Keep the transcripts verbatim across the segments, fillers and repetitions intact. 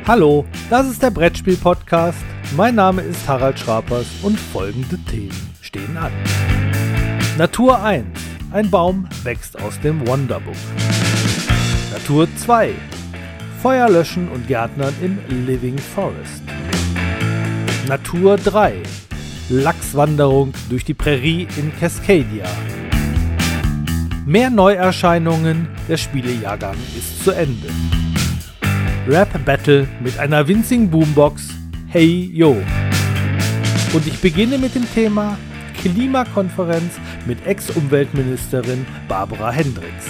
Hallo, das ist der Brettspiel-Podcast. Mein Name ist Harald Schrapers und folgende Themen stehen an. Natur eins. Ein Baum wächst aus dem Wonderbook. Natur zwei. Feuer löschen und Gärtnern im Living Forest. Natur drei. Lachswanderung durch die Prärie in Cascadia. Mehr Neuerscheinungen, der Spielejahrgang ist zu Ende. Rap Battle mit einer winzigen Boombox, Hey Yo. Und ich beginne mit dem Thema Klimakonferenz mit Ex-Umweltministerin Barbara Hendricks.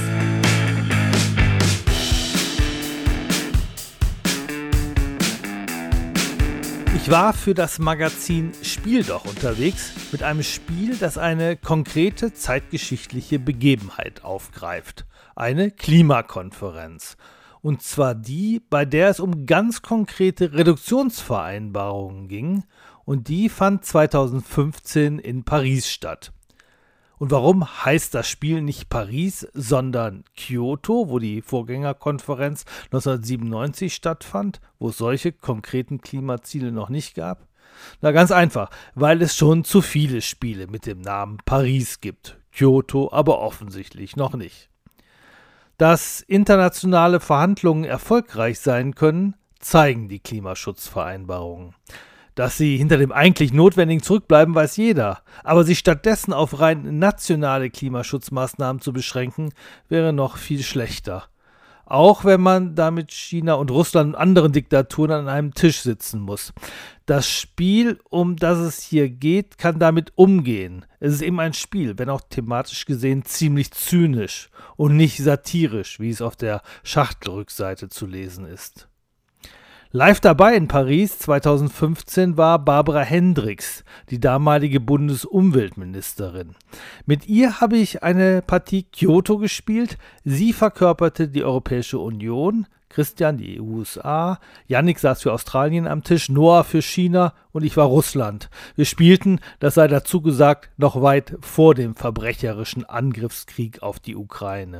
Ich war für das Magazin Spiel doch unterwegs mit einem Spiel, das eine konkrete zeitgeschichtliche Begebenheit aufgreift. Eine Klimakonferenz. Und zwar die, bei der es um ganz konkrete Reduktionsvereinbarungen ging. Und die fand zweitausendfünfzehn in Paris statt. Und warum heißt das Spiel nicht Paris, sondern Kyoto, wo die Vorgängerkonferenz neunzehnhundertsiebenundneunzig stattfand, wo es solche konkreten Klimaziele noch nicht gab? Na ganz einfach, weil es schon zu viele Spiele mit dem Namen Paris gibt. Kyoto aber offensichtlich noch nicht. Dass internationale Verhandlungen erfolgreich sein können, zeigen die Klimaschutzvereinbarungen. Dass sie hinter dem eigentlich Notwendigen zurückbleiben, weiß jeder. Aber sich stattdessen auf rein nationale Klimaschutzmaßnahmen zu beschränken, wäre noch viel schlechter. Auch wenn man damit China und Russland und anderen Diktaturen an einem Tisch sitzen muss. Das Spiel, um das es hier geht, kann damit umgehen. Es ist eben ein Spiel, wenn auch thematisch gesehen ziemlich zynisch und nicht satirisch, wie es auf der Schachtelrückseite zu lesen ist. Live dabei in Paris zweitausendfünfzehn war Barbara Hendricks, die damalige Bundesumweltministerin. Mit ihr habe ich eine Partie Kyoto gespielt. Sie verkörperte die Europäische Union, Christian die U S A, Yannick saß für Australien am Tisch, Noah für China und ich war Russland. Wir spielten, das sei dazu gesagt, noch weit vor dem verbrecherischen Angriffskrieg auf die Ukraine.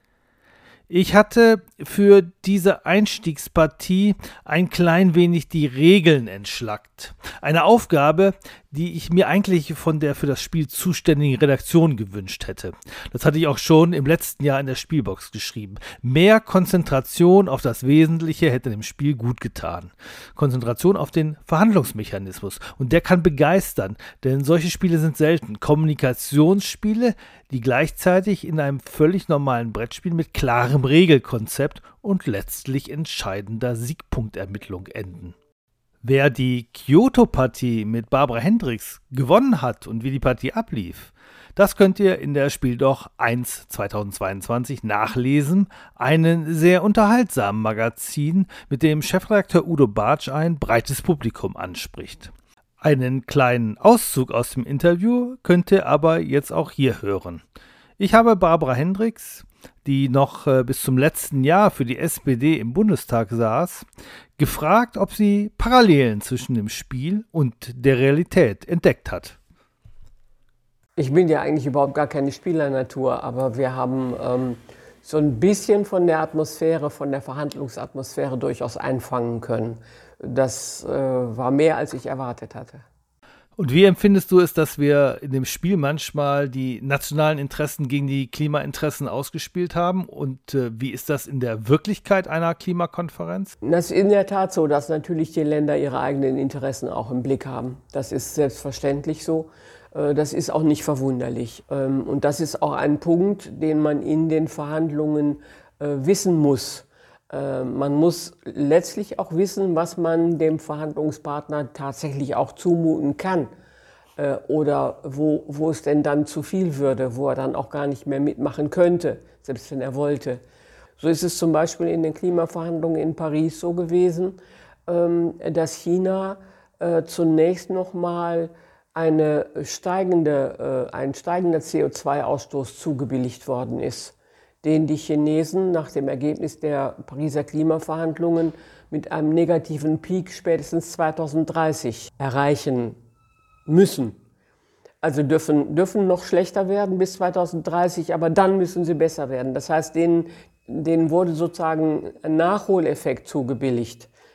Ich hatte für diese Einstiegspartie ein klein wenig die Regeln entschlackt. Eine Aufgabe, die ich mir eigentlich von der für das Spiel zuständigen Redaktion gewünscht hätte. Das hatte ich auch schon im letzten Jahr in der Spielbox geschrieben. Mehr Konzentration auf das Wesentliche hätte dem Spiel gut getan. Konzentration auf den Verhandlungsmechanismus. Und der kann begeistern, denn solche Spiele sind selten. Kommunikationsspiele, die gleichzeitig in einem völlig normalen Brettspiel mit klarem Regelkonzept und letztlich entscheidender Siegpunktermittlung enden. Wer die Kyoto-Partie mit Barbara Hendricks gewonnen hat und wie die Partie ablief, das könnt ihr in der Spiel doch eins zweitausendzweiundzwanzig nachlesen, einen sehr unterhaltsamen Magazin, mit dem Chefredakteur Udo Bartsch ein breites Publikum anspricht. Einen kleinen Auszug aus dem Interview könnt ihr aber jetzt auch hier hören. Ich habe Barbara Hendricks, die noch äh, bis zum letzten Jahr für die S P D im Bundestag saß, gefragt, ob sie Parallelen zwischen dem Spiel und der Realität entdeckt hat. Ich bin ja eigentlich überhaupt gar keine Spielernatur, aber wir haben ähm, so ein bisschen von der Atmosphäre, von der Verhandlungsatmosphäre durchaus einfangen können. Das äh, war mehr, als ich erwartet hatte. Und wie empfindest du es, dass wir in dem Spiel manchmal die nationalen Interessen gegen die Klimainteressen ausgespielt haben? Und äh, wie ist das in der Wirklichkeit einer Klimakonferenz? Das ist in der Tat so, dass natürlich die Länder ihre eigenen Interessen auch im Blick haben. Das ist selbstverständlich so. Äh, das ist auch nicht verwunderlich. Ähm, und das ist auch ein Punkt, den man in den Verhandlungen äh, wissen muss. Man muss letztlich auch wissen, was man dem Verhandlungspartner tatsächlich auch zumuten kann oder wo, wo es denn dann zu viel würde, wo er dann auch gar nicht mehr mitmachen könnte, selbst wenn er wollte. So ist es zum Beispiel in den Klimaverhandlungen in Paris so gewesen, dass China zunächst nochmal eine steigende, ein steigender C O zwei Ausstoß zugebilligt worden ist, den die Chinesen nach dem Ergebnis der Pariser Klimaverhandlungen mit einem negativen Peak spätestens zweitausenddreißig erreichen müssen. Also dürfen, dürfen noch schlechter werden bis zweitausenddreißig, aber dann müssen sie besser werden. Das heißt, denen, denen wurde sozusagen ein Nachholeffekt zugebilligt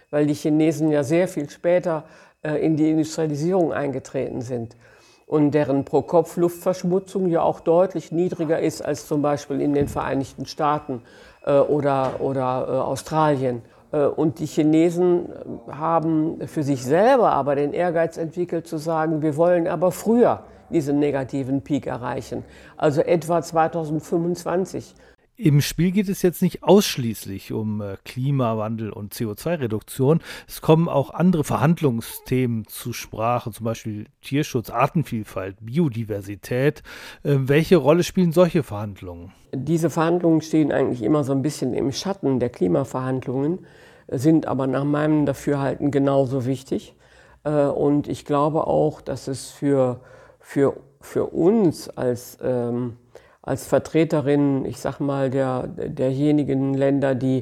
weil die Chinesen ja sehr viel später äh, in die Industrialisierung eingetreten sind und deren Pro-Kopf-Luftverschmutzung ja auch deutlich niedriger ist als zum Beispiel in den Vereinigten Staaten äh, oder, oder äh, Australien. Äh, und die Chinesen haben für sich selber aber den Ehrgeiz entwickelt zu sagen, wir wollen aber früher diesen negativen Peak erreichen, also etwa zweitausendfünfundzwanzig. Im Spiel geht es jetzt nicht ausschließlich um äh, Klimawandel und C O zwei Reduktion. Es kommen auch andere Verhandlungsthemen zu Sprache, zum Beispiel Tierschutz, Artenvielfalt, Biodiversität. Äh, welche Rolle spielen solche Verhandlungen? Diese Verhandlungen stehen eigentlich immer so ein bisschen im Schatten der Klimaverhandlungen, sind aber nach meinem Dafürhalten genauso wichtig. Äh, und ich glaube auch, dass es für, für, für uns als ähm, als Vertreterin, ich sag mal, der, derjenigen Länder, die,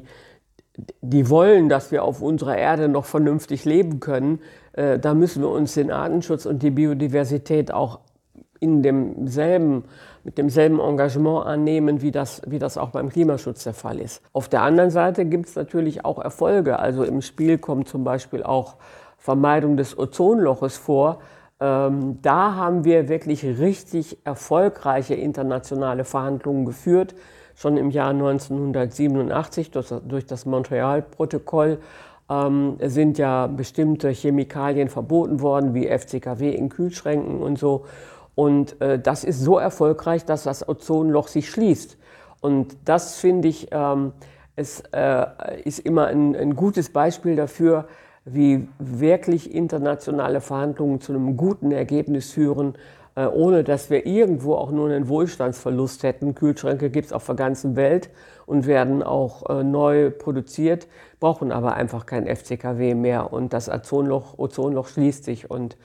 die wollen, dass wir auf unserer Erde noch vernünftig leben können, äh, da müssen wir uns den Artenschutz und die Biodiversität auch in demselben, mit demselben Engagement annehmen, wie das, wie das auch beim Klimaschutz der Fall ist. Auf der anderen Seite gibt es natürlich auch Erfolge. Also im Spiel kommt zum Beispiel auch Vermeidung des Ozonloches vor. Ähm, da haben wir wirklich richtig erfolgreiche internationale Verhandlungen geführt. Schon im Jahr neunzehnhundertsiebenundachtzig durch, durch das Montreal-Protokoll ähm, sind ja bestimmte Chemikalien verboten worden, wie F C K W in Kühlschränken und so. Und äh, das ist so erfolgreich, dass das Ozonloch sich schließt. Und das, finde ich, ähm, es, äh, ist immer ein, ein gutes Beispiel dafür, wie wirklich internationale Verhandlungen zu einem guten Ergebnis führen, äh, ohne dass wir irgendwo auch nur einen Wohlstandsverlust hätten. Kühlschränke gibt es auf der ganzen Welt und werden auch äh, neu produziert, brauchen aber einfach kein F C K W mehr. Und das Ozonloch, Ozonloch schließt sich. Und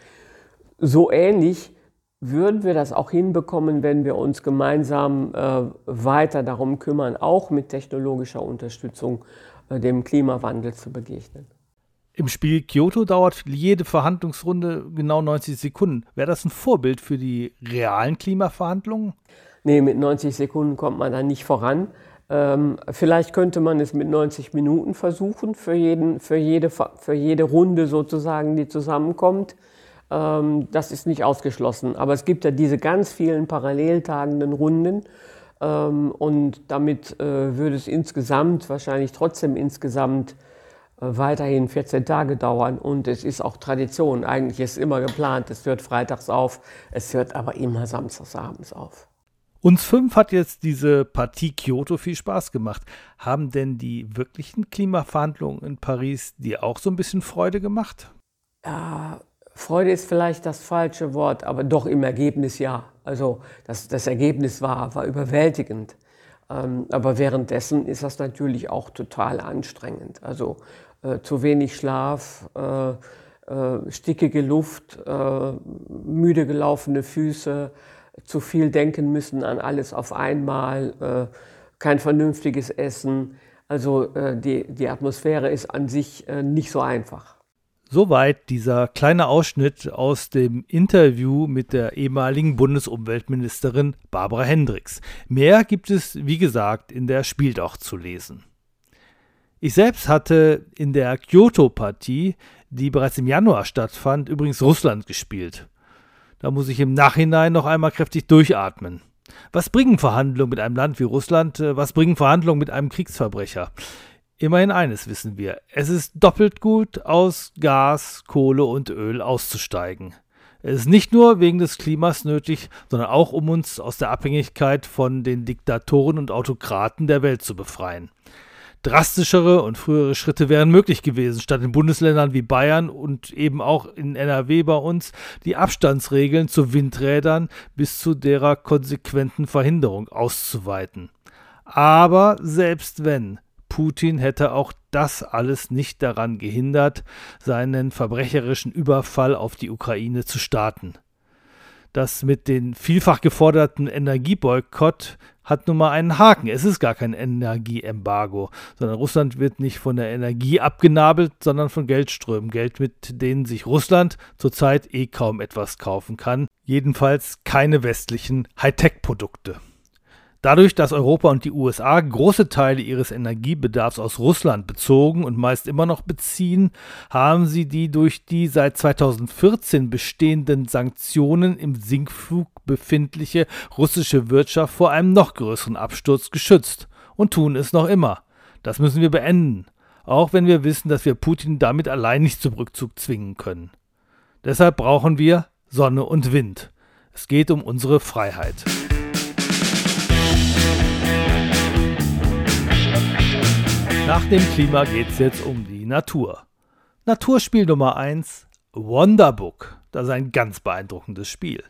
so ähnlich würden wir das auch hinbekommen, wenn wir uns gemeinsam äh, weiter darum kümmern, auch mit technologischer Unterstützung äh, dem Klimawandel zu begegnen. Im Spiel Kyoto dauert jede Verhandlungsrunde genau neunzig Sekunden. Wäre das ein Vorbild für die realen Klimaverhandlungen? Nee, mit neunzig Sekunden kommt man da nicht voran. Ähm, vielleicht könnte man es mit neunzig Minuten versuchen, für, jeden, für, jede, für jede Runde sozusagen, die zusammenkommt. Ähm, das ist nicht ausgeschlossen. Aber es gibt ja diese ganz vielen parallel tagenden Runden. Ähm, und damit äh, würde es insgesamt, wahrscheinlich trotzdem insgesamt, weiterhin vierzehn Tage dauern und es ist auch Tradition. Eigentlich ist immer geplant, es hört freitags auf, es hört aber immer samstags abends auf. Uns fünf hat jetzt diese Partie Kyoto viel Spaß gemacht. Haben denn die wirklichen Klimaverhandlungen in Paris dir auch so ein bisschen Freude gemacht? Ja, Freude ist vielleicht das falsche Wort, aber doch im Ergebnis ja. Also das, das Ergebnis war, war überwältigend. Ähm, aber währenddessen ist das natürlich auch total anstrengend. Also Äh, zu wenig Schlaf, äh, äh, stickige Luft, äh, müde gelaufene Füße, zu viel denken müssen an alles auf einmal, äh, kein vernünftiges Essen. Also äh, die, die Atmosphäre ist an sich äh, nicht so einfach. Soweit dieser kleine Ausschnitt aus dem Interview mit der ehemaligen Bundesumweltministerin Barbara Hendricks. Mehr gibt es, wie gesagt, in der Spiel doch zu lesen. Ich selbst hatte in der Kyoto-Partie, die bereits im Januar stattfand, übrigens Russland gespielt. Da muss ich im Nachhinein noch einmal kräftig durchatmen. Was bringen Verhandlungen mit einem Land wie Russland? Was bringen Verhandlungen mit einem Kriegsverbrecher? Immerhin eines wissen wir. Es ist doppelt gut, aus Gas, Kohle und Öl auszusteigen. Es ist nicht nur wegen des Klimas nötig, sondern auch, um uns aus der Abhängigkeit von den Diktatoren und Autokraten der Welt zu befreien. Drastischere und frühere Schritte wären möglich gewesen, statt in Bundesländern wie Bayern und eben auch in N R W bei uns die Abstandsregeln zu Windrädern bis zu derer konsequenten Verhinderung auszuweiten. Aber selbst wenn, Putin hätte auch das alles nicht daran gehindert, seinen verbrecherischen Überfall auf die Ukraine zu starten. Das mit den vielfach geforderten Energieboykott hat nun mal einen Haken. Es ist gar kein Energieembargo, sondern Russland wird nicht von der Energie abgenabelt, sondern von Geldströmen. Geld, mit denen sich Russland zurzeit eh kaum etwas kaufen kann. Jedenfalls keine westlichen Hightech-Produkte. Dadurch, dass Europa und die U S A große Teile ihres Energiebedarfs aus Russland bezogen und meist immer noch beziehen, haben sie die durch die seit zweitausendvierzehn bestehenden Sanktionen im Sinkflug befindliche russische Wirtschaft vor einem noch größeren Absturz geschützt und tun es noch immer. Das müssen wir beenden, auch wenn wir wissen, dass wir Putin damit allein nicht zum Rückzug zwingen können. Deshalb brauchen wir Sonne und Wind. Es geht um unsere Freiheit. Nach dem Klima geht es jetzt um die Natur. Naturspiel Nummer eins, Wonderbook. Das ist ein ganz beeindruckendes Spiel.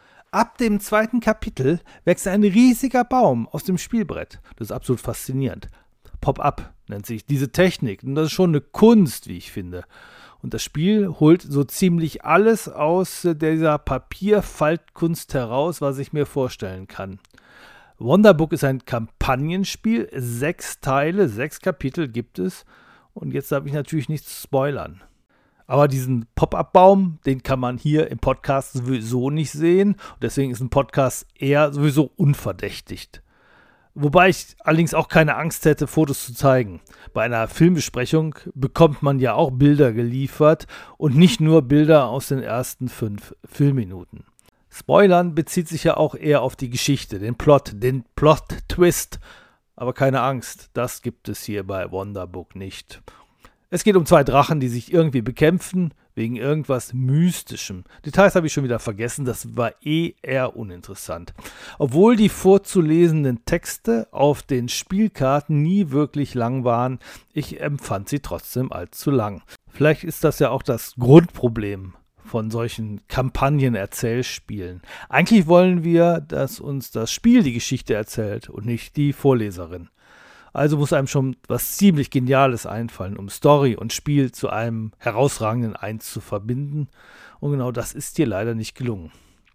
Ab dem zweiten Kapitel wächst ein riesiger Baum aus dem Spielbrett. Das ist absolut faszinierend. Pop-up nennt sich diese Technik. Und das ist schon eine Kunst, wie ich finde. Und das Spiel holt so ziemlich alles aus dieser Papierfaltkunst heraus, was ich mir vorstellen kann. Wonderbook ist ein Kampagnenspiel, sechs Teile, sechs Kapitel gibt es und jetzt darf ich natürlich nichts spoilern. Aber diesen Pop-up-Baum, den kann man hier im Podcast sowieso nicht sehen und deswegen ist ein Podcast eher sowieso unverdächtigt. Wobei ich allerdings auch keine Angst hätte, Fotos zu zeigen. Bei einer Filmbesprechung bekommt man ja auch Bilder geliefert und nicht nur Bilder aus den ersten fünf Filmminuten. Spoilern bezieht sich ja auch eher auf die Geschichte, den Plot, den Plot-Twist. Aber keine Angst, das gibt es hier bei Wonderbook nicht. Es geht um zwei Drachen, die sich irgendwie bekämpfen, wegen irgendwas Mystischem. Details habe ich schon wieder vergessen, das war eh eher uninteressant. Obwohl die vorzulesenden Texte auf den Spielkarten nie wirklich lang waren, ich empfand sie trotzdem als zu lang. Vielleicht ist das ja auch das Grundproblem von solchen Kampagnen-Erzählspielen. Eigentlich wollen wir, dass uns das Spiel die Geschichte erzählt und nicht die Vorleserin. Also muss einem schon was ziemlich Geniales einfallen, um Story und Spiel zu einem herausragenden Eins zu verbinden. Und genau das ist hier leider nicht gelungen.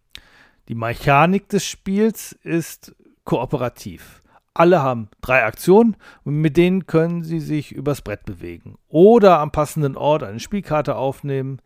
Die Mechanik des Spiels ist kooperativ. Alle haben drei Aktionen und mit denen können sie sich übers Brett bewegen oder am passenden Ort eine Spielkarte aufnehmen.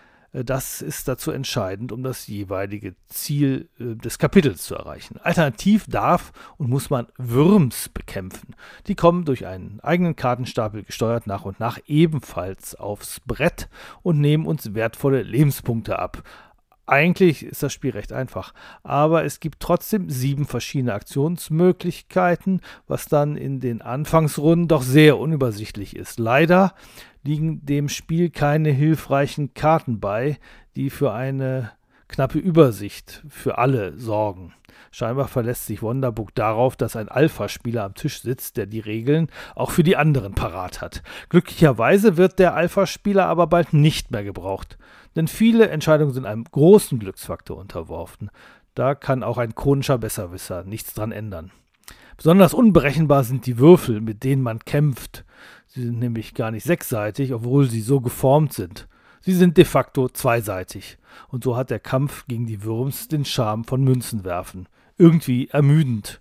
Das ist dazu entscheidend, um das jeweilige Ziel äh, des Kapitels zu erreichen. Alternativ darf und muss man Würms bekämpfen. Die kommen durch einen eigenen Kartenstapel gesteuert nach und nach ebenfalls aufs Brett und nehmen uns wertvolle Lebenspunkte ab. Eigentlich ist das Spiel recht einfach, aber es gibt trotzdem sieben verschiedene Aktionsmöglichkeiten, was dann in den Anfangsrunden doch sehr unübersichtlich ist. Leider liegen dem Spiel keine hilfreichen Karten bei, die für eine knappe Übersicht für alle sorgen. Scheinbar verlässt sich Wonderbook darauf, dass ein Alpha-Spieler am Tisch sitzt, der die Regeln auch für die anderen parat hat. Glücklicherweise wird der Alpha-Spieler aber bald nicht mehr gebraucht, denn viele Entscheidungen sind einem großen Glücksfaktor unterworfen. Da kann auch ein chronischer Besserwisser nichts dran ändern. Besonders unberechenbar sind die Würfel, mit denen man kämpft. Sie sind nämlich gar nicht sechsseitig, obwohl sie so geformt sind. Sie sind de facto zweiseitig. Und so hat der Kampf gegen die Würms den Charme von Münzenwerfen. Irgendwie ermüdend.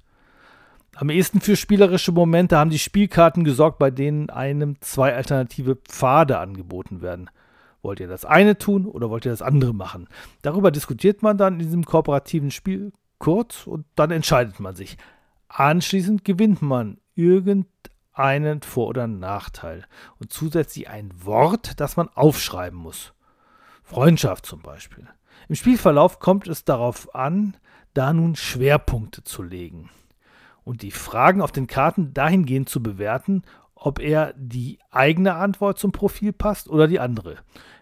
Am ehesten für spielerische Momente haben die Spielkarten gesorgt, bei denen einem zwei alternative Pfade angeboten werden. Wollt ihr das eine tun oder wollt ihr das andere machen? Darüber diskutiert man dann in diesem kooperativen Spiel kurz und dann entscheidet man sich. Anschließend gewinnt man irgendeinen Vor- oder Nachteil und zusätzlich ein Wort, das man aufschreiben muss. Freundschaft zum Beispiel. Im Spielverlauf kommt es darauf an, da nun Schwerpunkte zu legen und die Fragen auf den Karten dahingehend zu bewerten, ob er die eigene Antwort zum Profil passt oder die andere.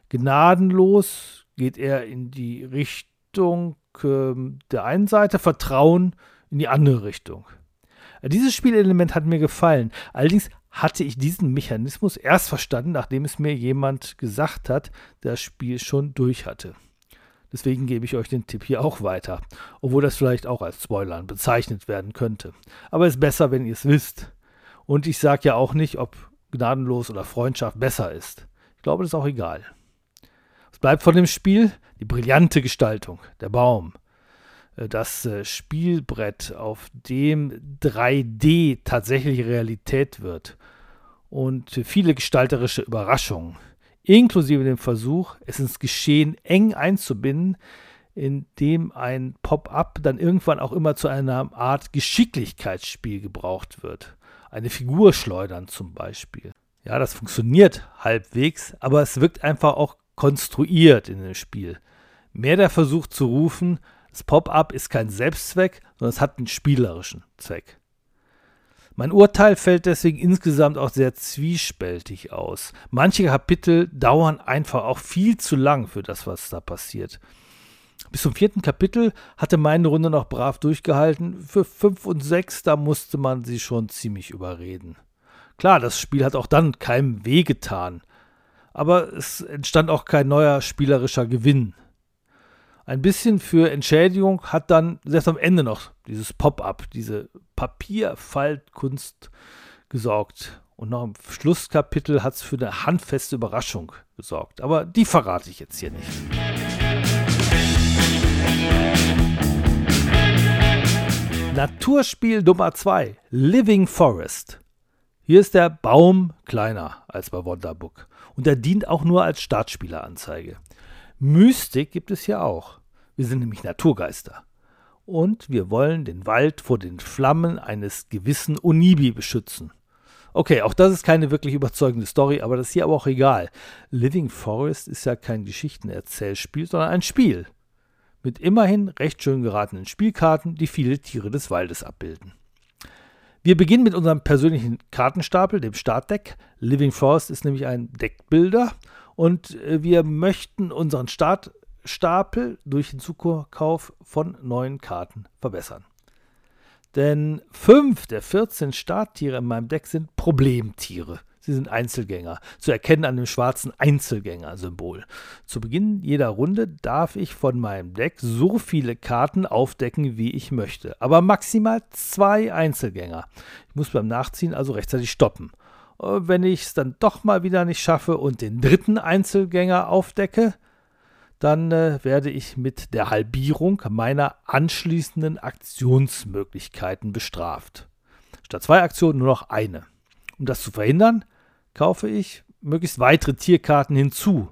Gnadenlos geht er in die Richtung äh, der einen Seite, Vertrauen in die andere Richtung. Dieses Spielelement hat mir gefallen. Allerdings hatte ich diesen Mechanismus erst verstanden, nachdem es mir jemand gesagt hat, der das Spiel schon durch hatte. Deswegen gebe ich euch den Tipp hier auch weiter, obwohl das vielleicht auch als Spoilern bezeichnet werden könnte. Aber es ist besser, wenn ihr es wisst. Und ich sage ja auch nicht, ob gnadenlos oder Freundschaft besser ist. Ich glaube, das ist auch egal. Was bleibt von dem Spiel? Die brillante Gestaltung, der Baum. Das Spielbrett, auf dem drei D tatsächlich Realität wird und viele gestalterische Überraschungen, inklusive dem Versuch, es ins Geschehen eng einzubinden, in dem ein Pop-up dann irgendwann auch immer zu einer Art Geschicklichkeitsspiel gebraucht wird. Eine Figur schleudern zum Beispiel. Ja, das funktioniert halbwegs, aber es wirkt einfach auch konstruiert in dem Spiel. Mehr der Versuch zu rufen, das Pop-up ist kein Selbstzweck, sondern es hat einen spielerischen Zweck. Mein Urteil fällt deswegen insgesamt auch sehr zwiespältig aus. Manche Kapitel dauern einfach auch viel zu lang für das, was da passiert. Bis zum vierten Kapitel hatte meine Runde noch brav durchgehalten. Für fünf und sechs, da musste man sie schon ziemlich überreden. Klar, das Spiel hat auch dann keinem wehgetan. Aber es entstand auch kein neuer spielerischer Gewinn. Ein bisschen für Entschädigung hat dann selbst am Ende noch dieses Pop-up, diese Papierfaltkunst gesorgt. Und noch im Schlusskapitel hat es für eine handfeste Überraschung gesorgt. Aber die verrate ich jetzt hier nicht. Naturspiel Nummer zwei, Living Forest. Hier ist der Baum kleiner als bei Wonderbook und er dient auch nur als Startspieleranzeige. Mystik gibt es hier auch. Wir sind nämlich Naturgeister. Und wir wollen den Wald vor den Flammen eines gewissen Onibi beschützen. Okay, auch das ist keine wirklich überzeugende Story, aber das ist hier aber auch egal. Living Forest ist ja kein Geschichtenerzählspiel, sondern ein Spiel. Mit immerhin recht schön geratenen Spielkarten, die viele Tiere des Waldes abbilden. Wir beginnen mit unserem persönlichen Kartenstapel, dem Startdeck. Living Forest ist nämlich ein Deckbilder und wir möchten unseren Startstapel durch den Zukauf von neuen Karten verbessern. Denn fünf der vierzehn Starttiere in meinem Deck sind Problemtiere. Sie sind Einzelgänger, zu erkennen an dem schwarzen Einzelgänger-Symbol. Zu Beginn jeder Runde darf ich von meinem Deck so viele Karten aufdecken, wie ich möchte. Aber maximal zwei Einzelgänger. Ich muss beim Nachziehen also rechtzeitig stoppen. Wenn ich es dann doch mal wieder nicht schaffe und den dritten Einzelgänger aufdecke, dann äh, werde ich mit der Halbierung meiner anschließenden Aktionsmöglichkeiten bestraft. Statt zwei Aktionen nur noch eine. Um das zu verhindern, kaufe ich möglichst weitere Tierkarten hinzu.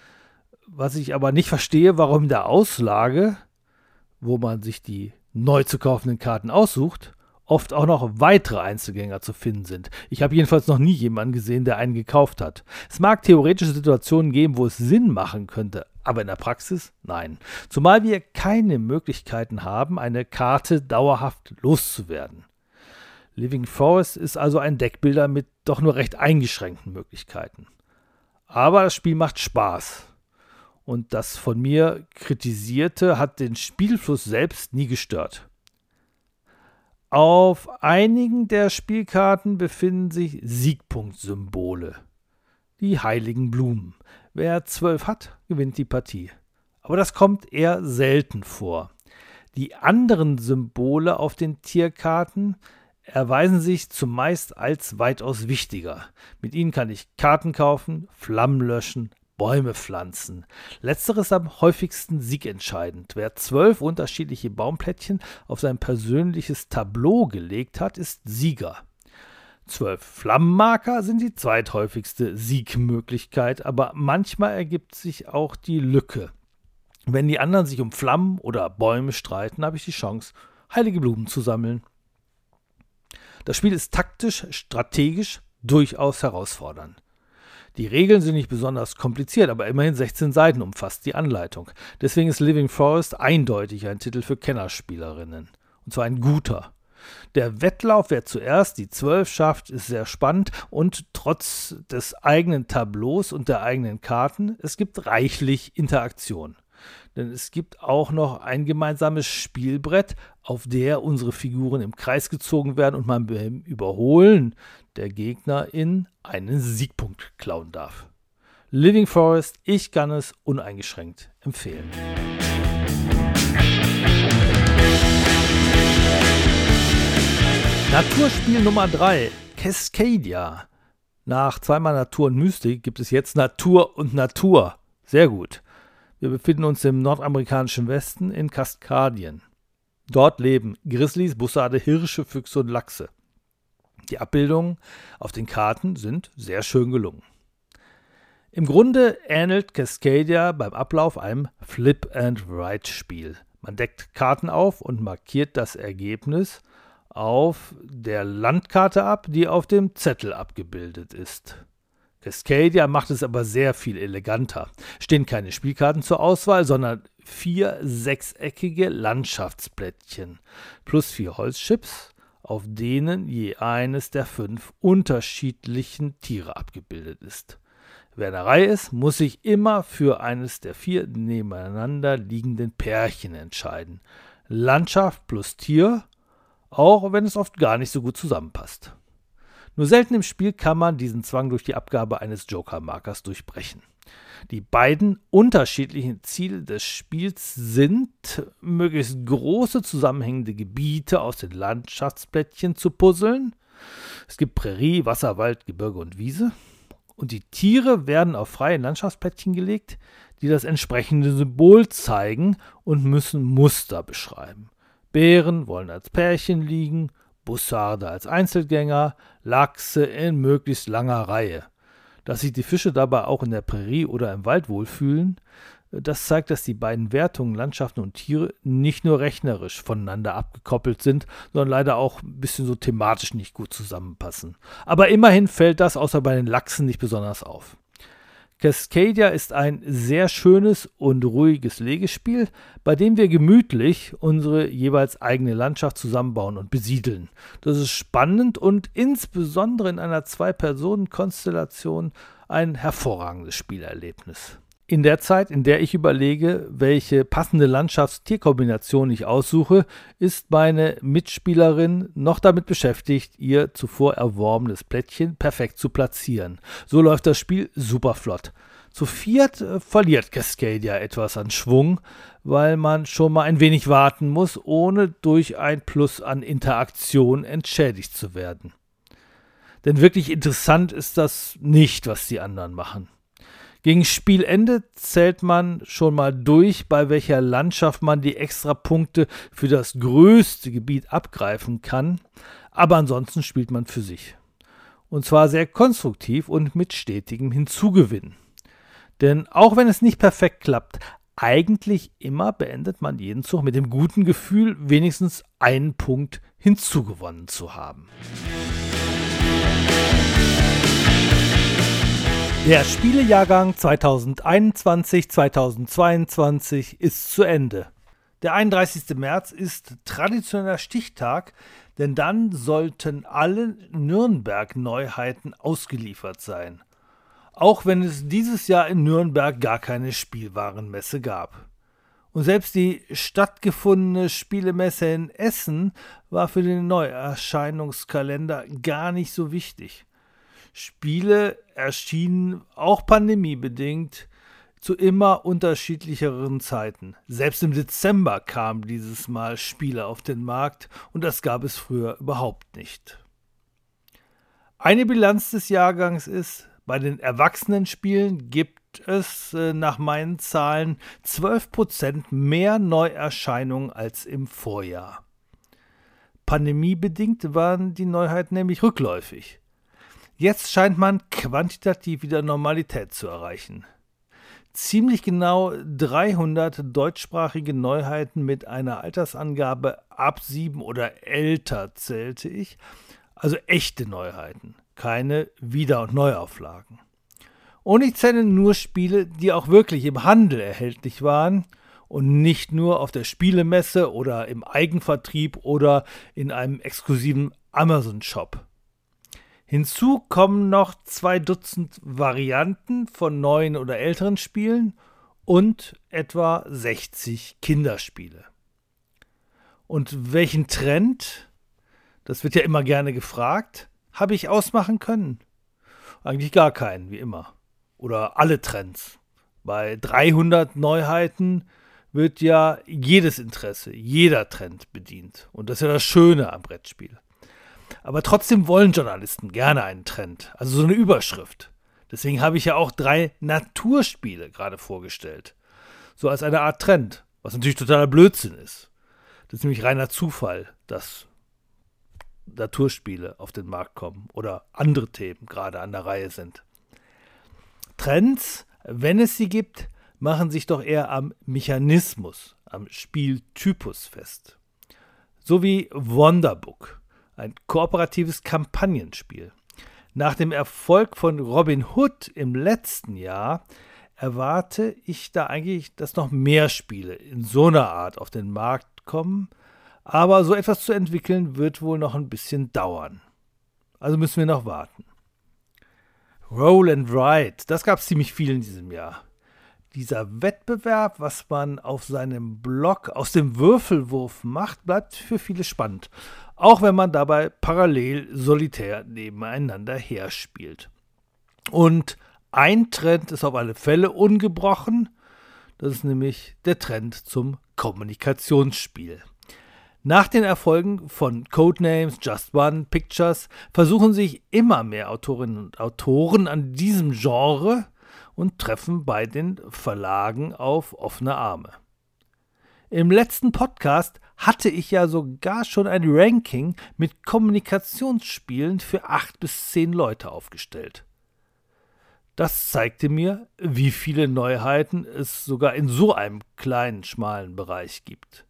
Was ich aber nicht verstehe, warum in der Auslage, wo man sich die neu zu kaufenden Karten aussucht, oft auch noch weitere Einzelgänger zu finden sind. Ich habe jedenfalls noch nie jemanden gesehen, der einen gekauft hat. Es mag theoretische Situationen geben, wo es Sinn machen könnte, aber in der Praxis nein. Zumal wir keine Möglichkeiten haben, eine Karte dauerhaft loszuwerden. Living Forest ist also ein Deckbilder mit doch nur recht eingeschränkten Möglichkeiten. Aber das Spiel macht Spaß. Und das von mir Kritisierte hat den Spielfluss selbst nie gestört. Auf einigen der Spielkarten befinden sich Siegpunktsymbole. Die heiligen Blumen. Wer zwölf hat, gewinnt die Partie. Aber das kommt eher selten vor. Die anderen Symbole auf den Tierkarten erweisen sich zumeist als weitaus wichtiger. Mit ihnen kann ich Karten kaufen, Flammen löschen, Bäume pflanzen. Letzteres am häufigsten siegentscheidend. Wer zwölf unterschiedliche Baumplättchen auf sein persönliches Tableau gelegt hat, ist Sieger. Zwölf Flammenmarker sind die zweithäufigste Siegmöglichkeit, aber manchmal ergibt sich auch die Lücke. Wenn die anderen sich um Flammen oder Bäume streiten, habe ich die Chance, heilige Blumen zu sammeln. Das Spiel ist taktisch, strategisch durchaus herausfordernd. Die Regeln sind nicht besonders kompliziert, aber immerhin sechzehn Seiten umfasst die Anleitung. Deswegen ist Living Forest eindeutig ein Titel für Kennerspielerinnen. Und zwar ein guter. Der Wettlauf, wer zuerst die zwölf schafft, ist sehr spannend und trotz des eigenen Tableaus und der eigenen Karten, es gibt reichlich Interaktion. Denn es gibt auch noch ein gemeinsames Spielbrett, auf der unsere Figuren im Kreis gezogen werden und man beim Überholen der Gegnerin einen Siegpunkt klauen darf. Living Forest, ich kann es uneingeschränkt empfehlen. Naturspiel Nummer drei, Cascadia. Nach zweimal Natur und Mystik gibt es jetzt Natur und Natur. Sehr gut. Wir befinden uns im nordamerikanischen Westen in Kaskadien. Dort leben Grizzlys, Bussarde, Hirsche, Füchse und Lachse. Die Abbildungen auf den Karten sind sehr schön gelungen. Im Grunde ähnelt Cascadia beim Ablauf einem Flip-and-Write-Spiel. Man deckt Karten auf und markiert das Ergebnis auf der Landkarte ab, die auf dem Zettel abgebildet ist. Cascadia macht es aber sehr viel eleganter. Stehen keine Spielkarten zur Auswahl, sondern vier sechseckige Landschaftsplättchen plus vier Holzchips, auf denen je eines der fünf unterschiedlichen Tiere abgebildet ist. Wer in der Reihe ist, muss sich immer für eines der vier nebeneinander liegenden Pärchen entscheiden. Landschaft plus Tier, auch wenn es oft gar nicht so gut zusammenpasst. Nur selten im Spiel kann man diesen Zwang durch die Abgabe eines Joker-Markers durchbrechen. Die beiden unterschiedlichen Ziele des Spiels sind, möglichst große zusammenhängende Gebiete aus den Landschaftsplättchen zu puzzeln. Es gibt Prärie, Wasser, Wald, Gebirge und Wiese. Und die Tiere werden auf freie Landschaftsplättchen gelegt, die das entsprechende Symbol zeigen und müssen Muster beschreiben. Bären wollen als Pärchen liegen, Bussarde als Einzelgänger, Lachse in möglichst langer Reihe. Dass sich die Fische dabei auch in der Prärie oder im Wald wohlfühlen, das zeigt, dass die beiden Wertungen Landschaften und Tiere nicht nur rechnerisch voneinander abgekoppelt sind, sondern leider auch ein bisschen so thematisch nicht gut zusammenpassen. Aber immerhin fällt das außer bei den Lachsen nicht besonders auf. Cascadia ist ein sehr schönes und ruhiges Legespiel, bei dem wir gemütlich unsere jeweils eigene Landschaft zusammenbauen und besiedeln. Das ist spannend und insbesondere in einer Zwei-Personen-Konstellation ein hervorragendes Spielerlebnis. In der Zeit, in der ich überlege, welche passende Landschafts-Tier-Kombination ich aussuche, ist meine Mitspielerin noch damit beschäftigt, ihr zuvor erworbenes Plättchen perfekt zu platzieren. So läuft das Spiel super flott. Zu viert äh, verliert Cascadia etwas an Schwung, weil man schon mal ein wenig warten muss, ohne durch ein Plus an Interaktion entschädigt zu werden. Denn wirklich interessant ist das nicht, was die anderen machen. Gegen Spielende zählt man schon mal durch, bei welcher Landschaft man die Extrapunkte für das größte Gebiet abgreifen kann, aber ansonsten spielt man für sich. Und zwar sehr konstruktiv und mit stetigem Hinzugewinn. Denn auch wenn es nicht perfekt klappt, eigentlich immer beendet man jeden Zug mit dem guten Gefühl, wenigstens einen Punkt hinzugewonnen zu haben. Der Spielejahrgang zweitausendeinundzwanzig zweitausendzweiundzwanzig ist zu Ende. Der einunddreißigste März ist traditioneller Stichtag, denn dann sollten alle Nürnberg-Neuheiten ausgeliefert sein. Auch wenn es dieses Jahr in Nürnberg gar keine Spielwarenmesse gab. Und selbst die stattgefundene Spielemesse in Essen war für den Neuerscheinungskalender gar nicht so wichtig. Spiele erschienen auch pandemiebedingt zu immer unterschiedlicheren Zeiten. Selbst im Dezember kamen dieses Mal Spiele auf den Markt und das gab es früher überhaupt nicht. Eine Bilanz des Jahrgangs ist, bei den Erwachsenenspielen gibt es äh, nach meinen Zahlen zwölf Prozent mehr Neuerscheinungen als im Vorjahr. Pandemiebedingt waren die Neuheiten nämlich rückläufig. Jetzt scheint man quantitativ wieder Normalität zu erreichen. Ziemlich genau dreihundert deutschsprachige Neuheiten mit einer Altersangabe ab sieben oder älter zählte ich, also echte Neuheiten, keine Wieder- und Neuauflagen. Und ich zähle nur Spiele, die auch wirklich im Handel erhältlich waren und nicht nur auf der Spielemesse oder im Eigenvertrieb oder in einem exklusiven Amazon-Shop. Hinzu kommen noch zwei Dutzend Varianten von neuen oder älteren Spielen und etwa sechzig Kinderspiele. Und welchen Trend, das wird ja immer gerne gefragt, habe ich ausmachen können? Eigentlich gar keinen, wie immer. Oder alle Trends. Bei dreihundert Neuheiten wird ja jedes Interesse, jeder Trend bedient. Und das ist ja das Schöne am Brettspiel. Aber trotzdem wollen Journalisten gerne einen Trend, also so eine Überschrift. Deswegen habe ich ja auch drei Naturspiele gerade vorgestellt. So als eine Art Trend, was natürlich totaler Blödsinn ist. Das ist nämlich reiner Zufall, dass Naturspiele auf den Markt kommen oder andere Themen gerade an der Reihe sind. Trends, wenn es sie gibt, machen sich doch eher am Mechanismus, am Spieltypus fest. So wie Wonderbook, ein kooperatives Kampagnenspiel. Nach dem Erfolg von Robin Hood im letzten Jahr erwarte ich da eigentlich, dass noch mehr Spiele in so einer Art auf den Markt kommen, aber so etwas zu entwickeln wird wohl noch ein bisschen dauern. Also müssen wir noch warten. Roll and Write, das gab es ziemlich viel in diesem Jahr. Dieser Wettbewerb, was man auf seinem Blog aus dem Würfelwurf macht, bleibt für viele spannend. Auch wenn man dabei parallel solitär nebeneinander herspielt. Und ein Trend ist auf alle Fälle ungebrochen. Das ist nämlich der Trend zum Kommunikationsspiel. Nach den Erfolgen von Codenames, Just One, Pictures versuchen sich immer mehr Autorinnen und Autoren an diesem Genre und treffen bei den Verlagen auf offene Arme. Im letzten Podcast hatte ich ja sogar schon ein Ranking mit Kommunikationsspielen für acht bis zehn Leute aufgestellt. Das zeigte mir, wie viele Neuheiten es sogar in so einem kleinen, schmalen Bereich gibt.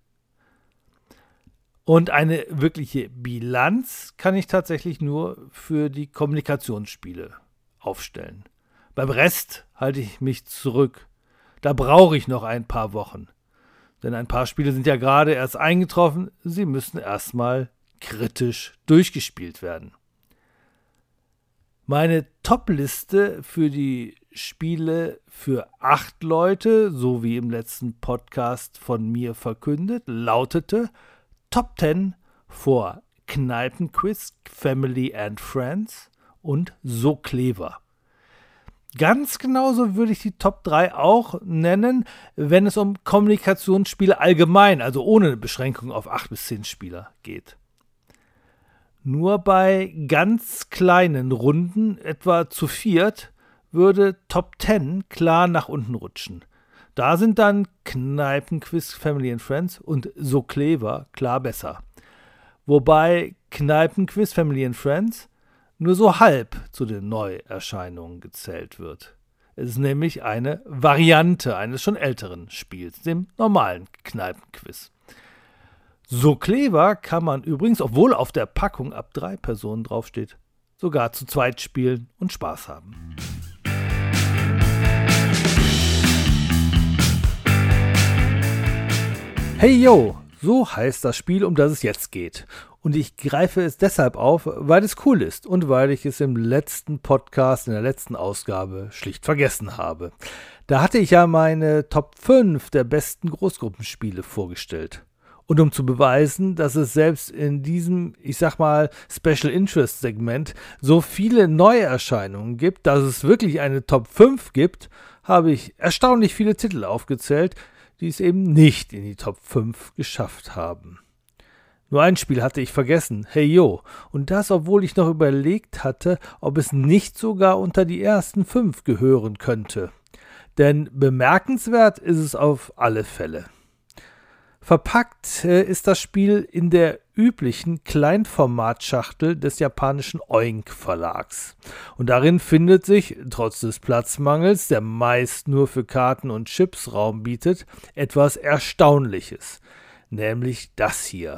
Und eine wirkliche Bilanz kann ich tatsächlich nur für die Kommunikationsspiele aufstellen. Beim Rest halte ich mich zurück. Da brauche ich noch ein paar Wochen. Denn ein paar Spiele sind ja gerade erst eingetroffen. Sie müssen erstmal kritisch durchgespielt werden. Meine Top-Liste für die Spiele für acht Leute, so wie im letzten Podcast von mir verkündet, lautete Top zehn vor Kneipenquiz, Family and Friends und So Clever. Ganz genauso würde ich die Top drei auch nennen, wenn es um Kommunikationsspiele allgemein, also ohne Beschränkung auf acht bis zehn Spieler geht. Nur bei ganz kleinen Runden, etwa zu viert, würde Top zehn klar nach unten rutschen. Da sind dann Kneipenquiz, Family and Friends und So Clever klar besser. Wobei Kneipenquiz, Family and Friends nur so halb zu den Neuerscheinungen gezählt wird. Es ist nämlich eine Variante eines schon älteren Spiels, dem normalen Kneipenquiz. So Clever kann man übrigens, obwohl auf der Packung ab drei Personen draufsteht, sogar zu zweit spielen und Spaß haben. Hey yo, so heißt das Spiel, um das es jetzt geht. Und ich greife es deshalb auf, weil es cool ist und weil ich es im letzten Podcast, in der letzten Ausgabe, schlicht vergessen habe. Da hatte ich ja meine Top fünf der besten Großgruppenspiele vorgestellt. Und um zu beweisen, dass es selbst in diesem, ich sag mal, Special Interest Segment so viele Neuerscheinungen gibt, dass es wirklich eine Top fünf gibt, habe ich erstaunlich viele Titel aufgezählt, die es eben nicht in die Top fünf geschafft haben. Nur ein Spiel hatte ich vergessen, Hey Yo, und das, obwohl ich noch überlegt hatte, ob es nicht sogar unter die ersten fünf gehören könnte. Denn bemerkenswert ist es auf alle Fälle. Verpackt äh, ist das Spiel in der üblichen Kleinformatschachtel des japanischen Oink Verlags. Und darin findet sich, trotz des Platzmangels, der meist nur für Karten und Chips Raum bietet, etwas Erstaunliches. Nämlich das hier.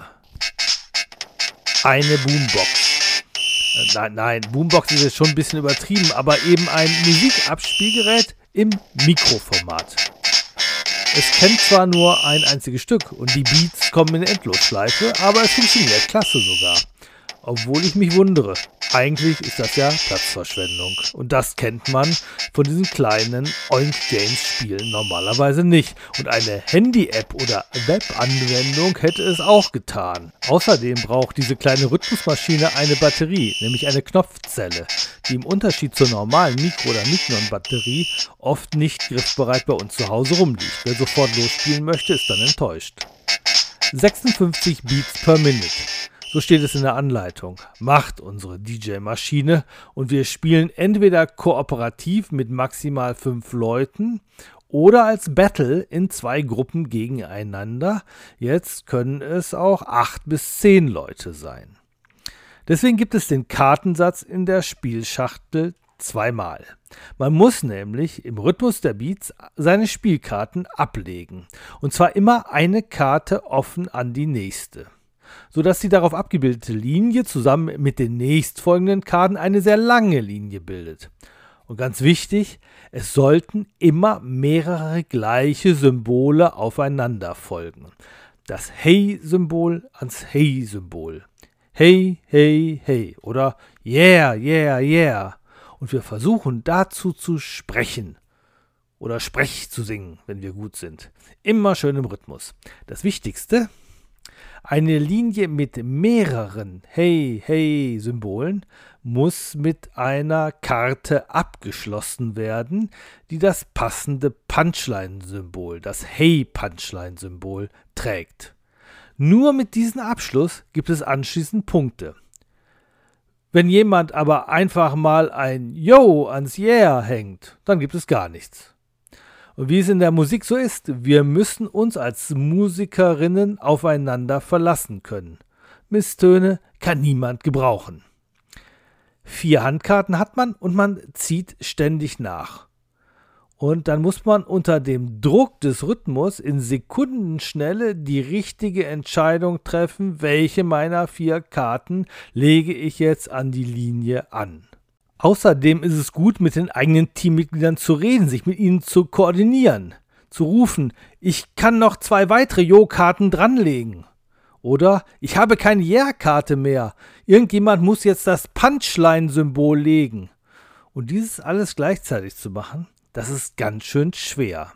Eine Boombox. Äh, nein, nein, Boombox ist jetzt schon ein bisschen übertrieben, aber eben ein Musikabspielgerät im Mikroformat. Es kennt zwar nur ein einziges Stück und die Beats kommen in Endlosschleife, aber es funktioniert klasse sogar. Obwohl ich mich wundere, eigentlich ist das ja Platzverschwendung. Und das kennt man von diesen kleinen Oink-Games-Spielen normalerweise nicht. Und eine Handy-App oder Web-Anwendung hätte es auch getan. Außerdem braucht diese kleine Rhythmusmaschine eine Batterie, nämlich eine Knopfzelle, die im Unterschied zur normalen Mikro- oder Mignon-Batterie oft nicht griffbereit bei uns zu Hause rumliegt. Wer sofort losspielen möchte, ist dann enttäuscht. sechsundfünfzig Beats per Minute. So steht es in der Anleitung. Macht unsere D J-Maschine und wir spielen entweder kooperativ mit maximal fünf Leuten oder als Battle in zwei Gruppen gegeneinander. Jetzt können es auch acht bis zehn Leute sein. Deswegen gibt es den Kartensatz in der Spielschachtel zweimal. Man muss nämlich im Rhythmus der Beats seine Spielkarten ablegen. Und zwar immer eine Karte offen an die nächste, sodass die darauf abgebildete Linie zusammen mit den nächstfolgenden Karten eine sehr lange Linie bildet. Und ganz wichtig, es sollten immer mehrere gleiche Symbole aufeinander folgen. Das Hey-Symbol ans Hey-Symbol. Hey, hey, hey oder Yeah, yeah, yeah. Und wir versuchen dazu zu sprechen oder Sprech zu singen, wenn wir gut sind. Immer schön im Rhythmus. Das Wichtigste: eine Linie mit mehreren Hey-Hey-Symbolen muss mit einer Karte abgeschlossen werden, die das passende Punchline-Symbol, das Hey-Punchline-Symbol, trägt. Nur mit diesem Abschluss gibt es anschließend Punkte. Wenn jemand aber einfach mal ein Yo ans Yeah hängt, dann gibt es gar nichts. Und wie es in der Musik so ist, wir müssen uns als Musikerinnen aufeinander verlassen können. Misstöne kann niemand gebrauchen. Vier Handkarten hat man und man zieht ständig nach. Und dann muss man unter dem Druck des Rhythmus in Sekundenschnelle die richtige Entscheidung treffen, welche meiner vier Karten lege ich jetzt an die Linie an. Außerdem ist es gut, mit den eigenen Teammitgliedern zu reden, sich mit ihnen zu koordinieren, zu rufen, ich kann noch zwei weitere Jo-Karten dranlegen. Oder ich habe keine Yeah-Karte mehr. Irgendjemand muss jetzt das Punchline-Symbol legen. Und dieses alles gleichzeitig zu machen, das ist ganz schön schwer.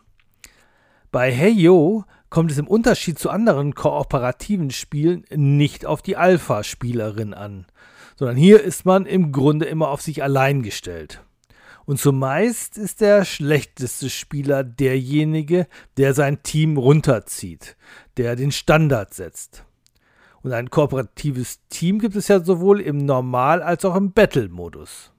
Bei Hey Yo kommt es im Unterschied zu anderen kooperativen Spielen nicht auf die Alpha-Spielerin an, sondern hier ist man im Grunde immer auf sich allein gestellt. Und zumeist ist der schlechteste Spieler derjenige, der sein Team runterzieht, der den Standard setzt. Und ein kooperatives Team gibt es ja sowohl im Normal- als auch im Battle-Modus.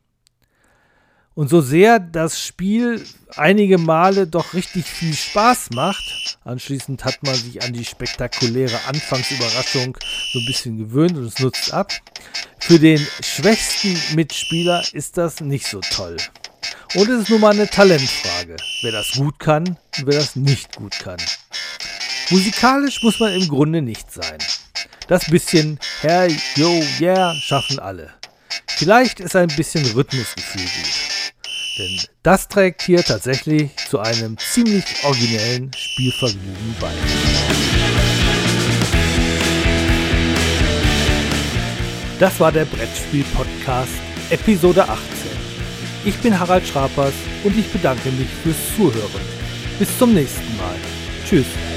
Und so sehr das Spiel einige Male doch richtig viel Spaß macht, anschließend hat man sich an die spektakuläre Anfangsüberraschung so ein bisschen gewöhnt und es nutzt ab, für den schwächsten Mitspieler ist das nicht so toll. Und es ist nun mal eine Talentfrage, wer das gut kann und wer das nicht gut kann. Musikalisch muss man im Grunde nicht sein. Das bisschen Hey, Yo, Yeah schaffen alle. Vielleicht ist ein bisschen Rhythmusgefühl gut. Denn das trägt hier tatsächlich zu einem ziemlich originellen Spielvergnügen bei. Das war der Brettspiel-Podcast Episode achtzehn. Ich bin Harald Schrapers und ich bedanke mich fürs Zuhören. Bis zum nächsten Mal. Tschüss.